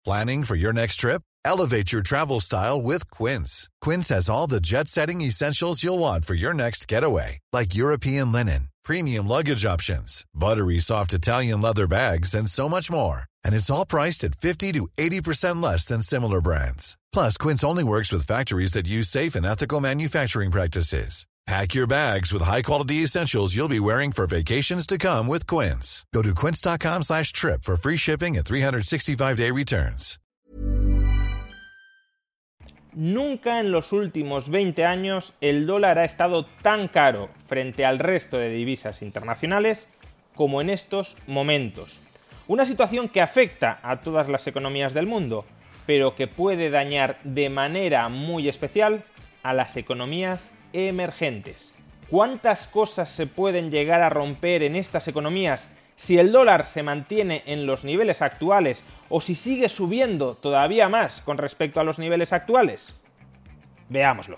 Planning for your next trip? Elevate your travel style with Quince. Quince has all the jet-setting essentials you'll want for your next getaway, like European linen, premium luggage options, buttery soft Italian leather bags, and so much more. And it's all priced at 50 to 80% less than similar brands. Plus, Quince only works with factories that use safe and ethical manufacturing practices. Pack your bags with high-quality essentials you'll be wearing for vacations to come with Quince. Go to quince.com/trip for free shipping and 365-day returns. Nunca en los últimos 20 años el dólar ha estado tan caro frente al resto de divisas internacionales como en estos momentos. Una situación que afecta a todas las economías del mundo, pero que puede dañar de manera muy especial a las economías emergentes. ¿Cuántas cosas se pueden llegar a romper en estas economías si el dólar se mantiene en los niveles actuales o si sigue subiendo todavía más con respecto a los niveles actuales? Veámoslo.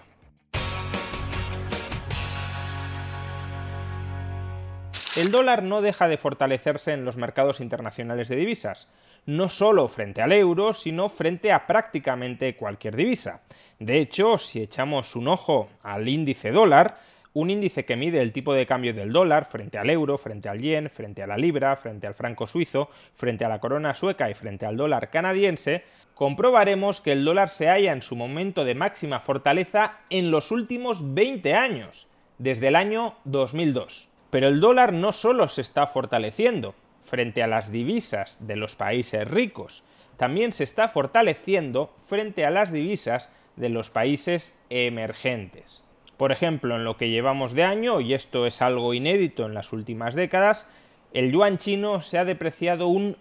El dólar no deja de fortalecerse en los mercados internacionales de divisas, no solo frente al euro, sino frente a prácticamente cualquier divisa. De hecho, si echamos un ojo al índice dólar, un índice que mide el tipo de cambio del dólar frente al euro, frente al yen, frente a la libra, frente al franco suizo, frente a la corona sueca y frente al dólar canadiense, comprobaremos que el dólar se halla en su momento de máxima fortaleza en los últimos 20 años, desde el año 2002. Pero el dólar no solo se está fortaleciendo frente a las divisas de los países ricos, también se está fortaleciendo frente a las divisas de los países emergentes. Por ejemplo, en lo que llevamos de año, y esto es algo inédito en las últimas décadas, el yuan chino se ha depreciado un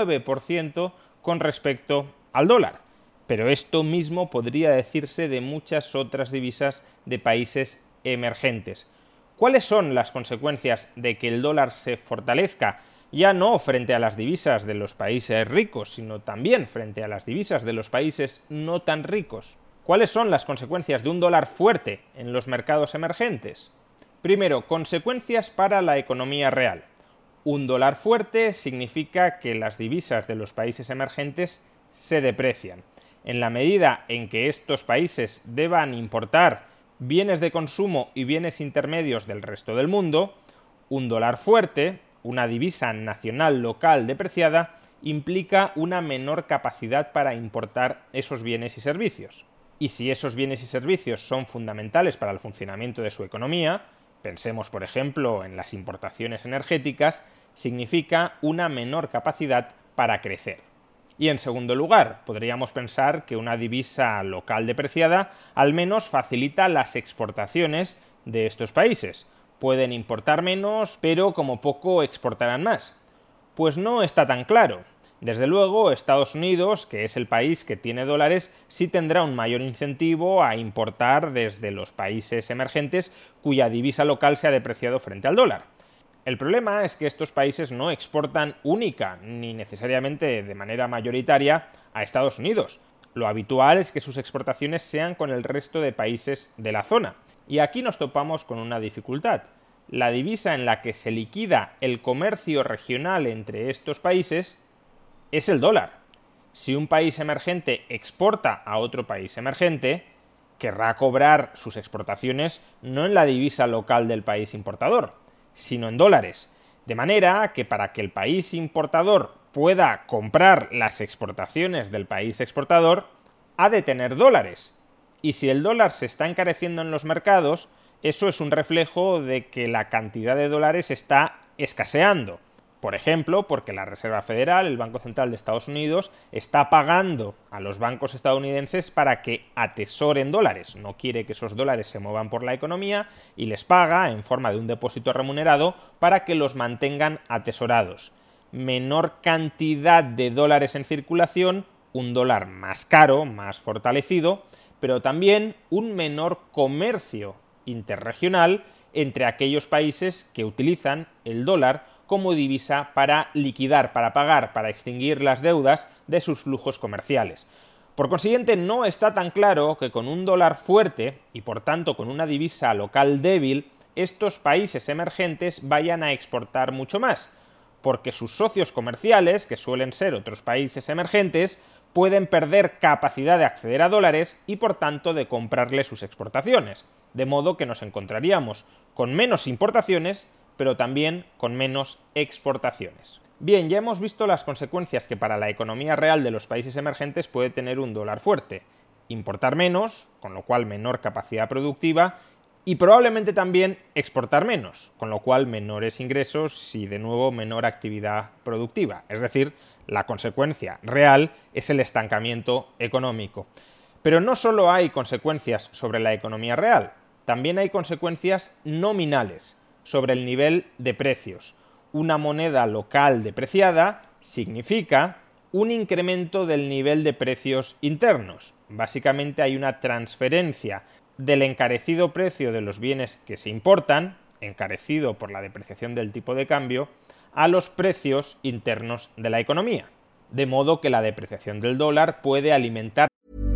9% con respecto al dólar. Pero esto mismo podría decirse de muchas otras divisas de países emergentes. ¿Cuáles son las consecuencias de que el dólar se fortalezca? Ya no frente a las divisas de los países ricos, sino también frente a las divisas de los países no tan ricos. ¿Cuáles son las consecuencias de un dólar fuerte en los mercados emergentes? Primero, consecuencias para la economía real. Un dólar fuerte significa que las divisas de los países emergentes se deprecian. En la medida en que estos países deban importar bienes de consumo y bienes intermedios del resto del mundo, un dólar fuerte, una divisa nacional local depreciada, implica una menor capacidad para importar esos bienes y servicios. Y si esos bienes y servicios son fundamentales para el funcionamiento de su economía, pensemos por ejemplo en las importaciones energéticas, significa una menor capacidad para crecer. Y en segundo lugar, podríamos pensar que una divisa local depreciada al menos facilita las exportaciones de estos países. Pueden importar menos, pero como poco exportarán más. Pues no está tan claro. Desde luego, Estados Unidos, que es el país que tiene dólares, sí tendrá un mayor incentivo a importar desde los países emergentes cuya divisa local se ha depreciado frente al dólar. El problema es que estos países no exportan única ni necesariamente de manera mayoritaria a Estados Unidos. Lo habitual es que sus exportaciones sean con el resto de países de la zona. Y aquí nos topamos con una dificultad. La divisa en la que se liquida el comercio regional entre estos países es el dólar. Si un país emergente exporta a otro país emergente, querrá cobrar sus exportaciones no en la divisa local del país importador, sino en dólares. De manera que para que el país importador pueda comprar las exportaciones del país exportador, ha de tener dólares. Y si el dólar se está encareciendo en los mercados, eso es un reflejo de que la cantidad de dólares está escaseando. Por ejemplo, porque la Reserva Federal, el Banco Central de Estados Unidos, está pagando a los bancos estadounidenses para que atesoren dólares. No quiere que esos dólares se muevan por la economía y les paga en forma de un depósito remunerado para que los mantengan atesorados. Menor cantidad de dólares en circulación, un dólar más caro, más fortalecido, pero también un menor comercio interregional entre aquellos países que utilizan el dólar como divisa para liquidar, para pagar, para extinguir las deudas de sus flujos comerciales. Por consiguiente, no está tan claro que con un dólar fuerte y por tanto con una divisa local débil, estos países emergentes vayan a exportar mucho más, porque sus socios comerciales, que suelen ser otros países emergentes, pueden perder capacidad de acceder a dólares y por tanto de comprarle sus exportaciones, de modo que nos encontraríamos con menos importaciones, pero también con menos exportaciones. Bien, ya hemos visto las consecuencias que para la economía real de los países emergentes puede tener un dólar fuerte. Importar menos, con lo cual menor capacidad productiva, y probablemente también exportar menos, con lo cual menores ingresos y de nuevo menor actividad productiva. Es decir, la consecuencia real es el estancamiento económico. Pero no solo hay consecuencias sobre la economía real, también hay consecuencias nominales sobre el nivel de precios. Una moneda local depreciada significa un incremento del nivel de precios internos. Básicamente hay una transferencia del encarecido precio de los bienes que se importan, encarecido por la depreciación del tipo de cambio, a los precios internos de la economía. De modo que la depreciación del dólar puede alimentar.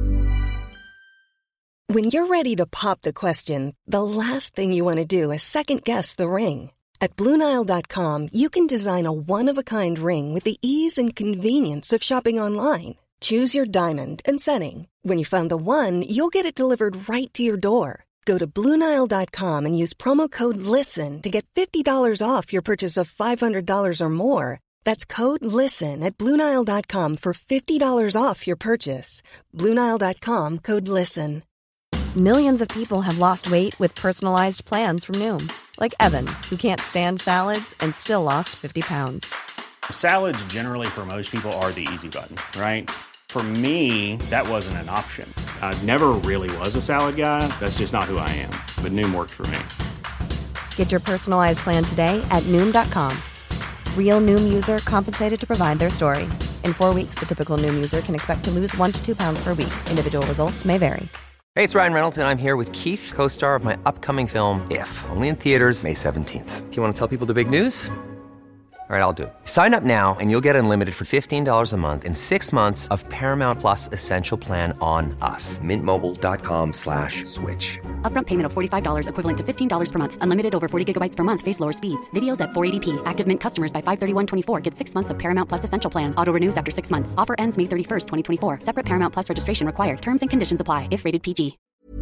When you're ready to pop the question, the last thing you want to do is second-guess the ring. At BlueNile.com, you can design a one-of-a-kind ring with the ease and convenience of shopping online. Choose your diamond and setting. When you find the one, you'll get it delivered right to your door. Go to BlueNile.com and use promo code LISTEN to get $50 off your purchase of $500 or more. That's code LISTEN at BlueNile.com for $50 off your purchase. BlueNile.com, code LISTEN. Millions of people have lost weight with personalized plans from Noom. Like Evan, who can't stand salads and still lost 50 pounds. Salads generally for most people are the easy button, right? For me, that wasn't an option. I never really was a salad guy. That's just not who I am. But Noom worked for me. Get your personalized plan today at Noom.com. Real Noom user compensated to provide their story. In 4 weeks, the typical Noom user can expect to lose 1 to 2 pounds per week. Individual results may vary. Hey, it's Ryan Reynolds, and I'm here with Keith, co-star of my upcoming film, If, only in theaters May 17th. Do you want to tell people the big news? All right, I'll do it. Sign up now and you'll get unlimited for $15 a month and 6 months of Paramount Plus Essential Plan on us. MintMobile.com/switch. Upfront payment of $45 equivalent to $15 per month. Unlimited over 40 gigabytes per month. Face lower speeds. Videos at 480p. Active Mint customers by 531.24 get 6 months of Paramount Plus Essential Plan. Auto renews after 6 months. Offer ends May 31st, 2024. Separate Paramount Plus registration required. Terms and conditions apply if rated PG.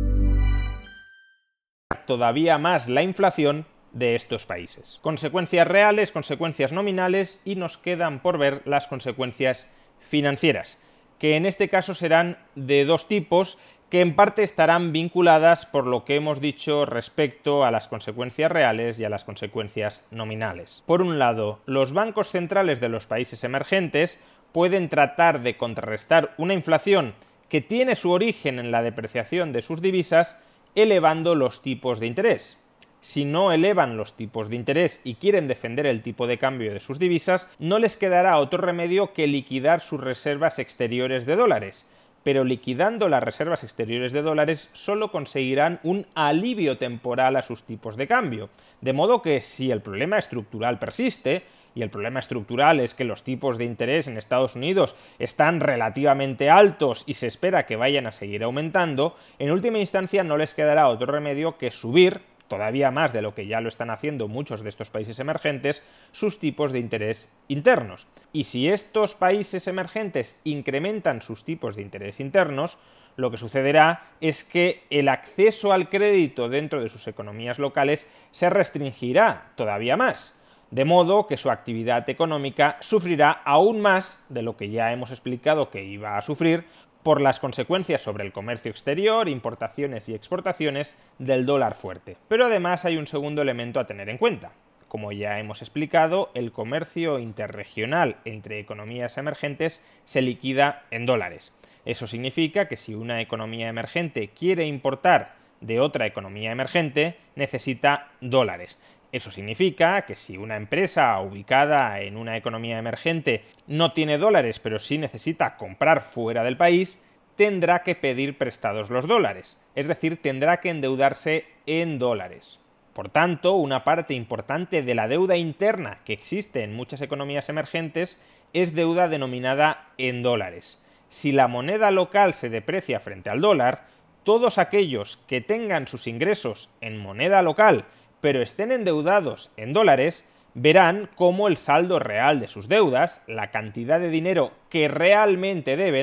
Todavía más la inflación de estos países. Consecuencias reales, consecuencias nominales y nos quedan por ver las consecuencias financieras, que en este caso serán de dos tipos que en parte estarán vinculadas por lo que hemos dicho respecto a las consecuencias reales y a las consecuencias nominales. Por un lado, los bancos centrales de los países emergentes pueden tratar de contrarrestar una inflación que tiene su origen en la depreciación de sus divisas elevando los tipos de interés. Si no elevan los tipos de interés y quieren defender el tipo de cambio de sus divisas, no les quedará otro remedio que liquidar sus reservas exteriores de dólares. Pero liquidando las reservas exteriores de dólares solo conseguirán un alivio temporal a sus tipos de cambio. De modo que si el problema estructural persiste, y el problema estructural es que los tipos de interés en Estados Unidos están relativamente altos y se espera que vayan a seguir aumentando, en última instancia no les quedará otro remedio que subir, todavía más de lo que ya lo están haciendo muchos de estos países emergentes, sus tipos de interés internos. Y si estos países emergentes incrementan sus tipos de interés internos, lo que sucederá es que el acceso al crédito dentro de sus economías locales se restringirá todavía más, de modo que su actividad económica sufrirá aún más de lo que ya hemos explicado que iba a sufrir por las consecuencias sobre el comercio exterior, importaciones y exportaciones del dólar fuerte. Pero además hay un segundo elemento a tener en cuenta. Como ya hemos explicado, el comercio interregional entre economías emergentes se liquida en dólares. Eso significa que si una economía emergente quiere importar de otra economía emergente, necesita dólares. Eso significa que si una empresa ubicada en una economía emergente no tiene dólares, pero sí necesita comprar fuera del país, tendrá que pedir prestados los dólares, es decir, tendrá que endeudarse en dólares. Por tanto, una parte importante de la deuda interna que existe en muchas economías emergentes es deuda denominada en dólares. Si la moneda local se deprecia frente al dólar, todos aquellos que tengan sus ingresos en moneda local pero estén endeudados en dólares, verán cómo el saldo real de sus deudas, la cantidad de dinero que realmente deben,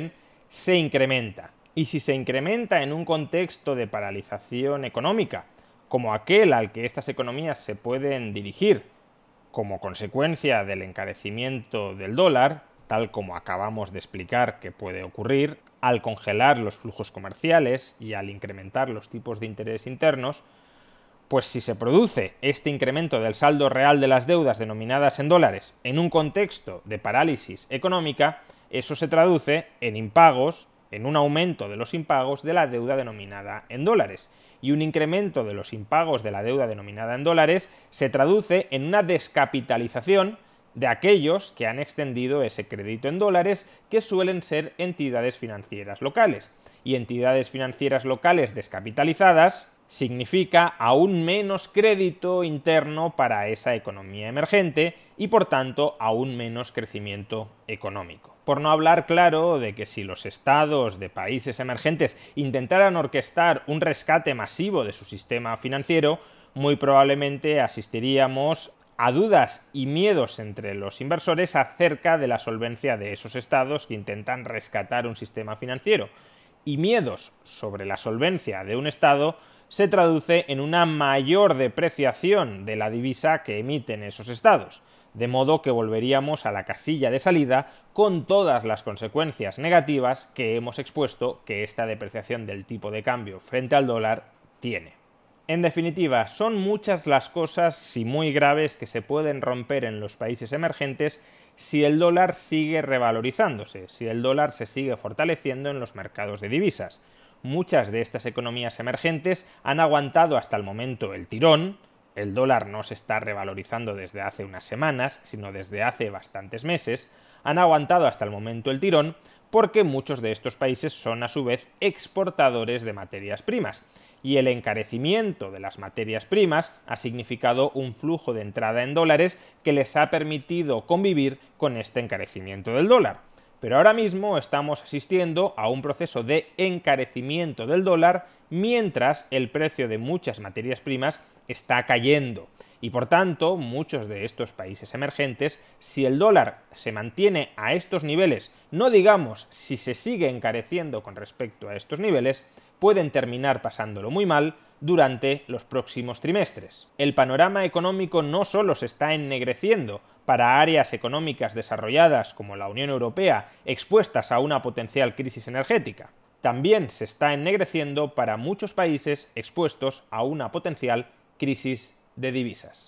se incrementa. Y si se incrementa en un contexto de paralización económica, como aquel al que estas economías se pueden dirigir, como consecuencia del encarecimiento del dólar, tal como acabamos de explicar que puede ocurrir, al congelar los flujos comerciales y al incrementar los tipos de interés internos, pues si se produce este incremento del saldo real de las deudas denominadas en dólares en un contexto de parálisis económica, eso se traduce en impagos, en un aumento de los impagos de la deuda denominada en dólares. Y un incremento de los impagos de la deuda denominada en dólares se traduce en una descapitalización de aquellos que han extendido ese crédito en dólares, que suelen ser entidades financieras locales. Y entidades financieras locales descapitalizadas significa aún menos crédito interno para esa economía emergente y, por tanto, aún menos crecimiento económico. Por no hablar, claro, de que si los estados de países emergentes intentaran orquestar un rescate masivo de su sistema financiero, muy probablemente asistiríamos a dudas y miedos entre los inversores acerca de la solvencia de esos estados que intentan rescatar un sistema financiero. Y miedos sobre la solvencia de un estado se traduce en una mayor depreciación de la divisa que emiten esos estados, de modo que volveríamos a la casilla de salida con todas las consecuencias negativas que hemos expuesto que esta depreciación del tipo de cambio frente al dólar tiene. En definitiva, son muchas las cosas y muy graves que se pueden romper en los países emergentes si el dólar sigue revalorizándose, si el dólar se sigue fortaleciendo en los mercados de divisas. Muchas de estas economías emergentes han aguantado hasta el momento el tirón. El dólar no se está revalorizando desde hace unas semanas, sino desde hace bastantes meses. Han aguantado hasta el momento el tirón porque muchos de estos países son a su vez exportadores de materias primas. Y el encarecimiento de las materias primas ha significado un flujo de entrada en dólares que les ha permitido convivir con este encarecimiento del dólar. Pero ahora mismo estamos asistiendo a un proceso de encarecimiento del dólar mientras el precio de muchas materias primas está cayendo. Y por tanto, muchos de estos países emergentes, si el dólar se mantiene a estos niveles, no digamos si se sigue encareciendo con respecto a estos niveles, pueden terminar pasándolo muy mal durante los próximos trimestres. El panorama económico no solo se está ennegreciendo para áreas económicas desarrolladas como la Unión Europea expuestas a una potencial crisis energética, también se está ennegreciendo para muchos países expuestos a una potencial crisis de divisas.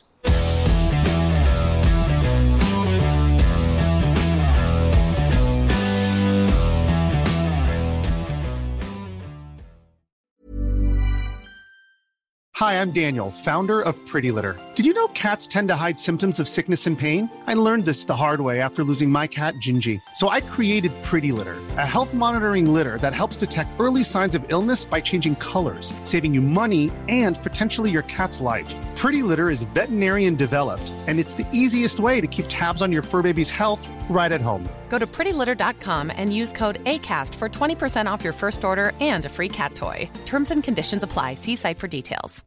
Hi, I'm Daniel, founder of Pretty Litter. Did you know cats tend to hide symptoms of sickness and pain? I learned this the hard way after losing my cat, Gingy. So I created Pretty Litter, a health monitoring litter that helps detect early signs of illness by changing colors, saving you money and potentially your cat's life. Pretty Litter is veterinarian developed, and it's the easiest way to keep tabs on your fur baby's health right at home. Go to prettylitter.com and use code ACAST for 20% off your first order and a free cat toy. Terms and conditions apply. See site for details.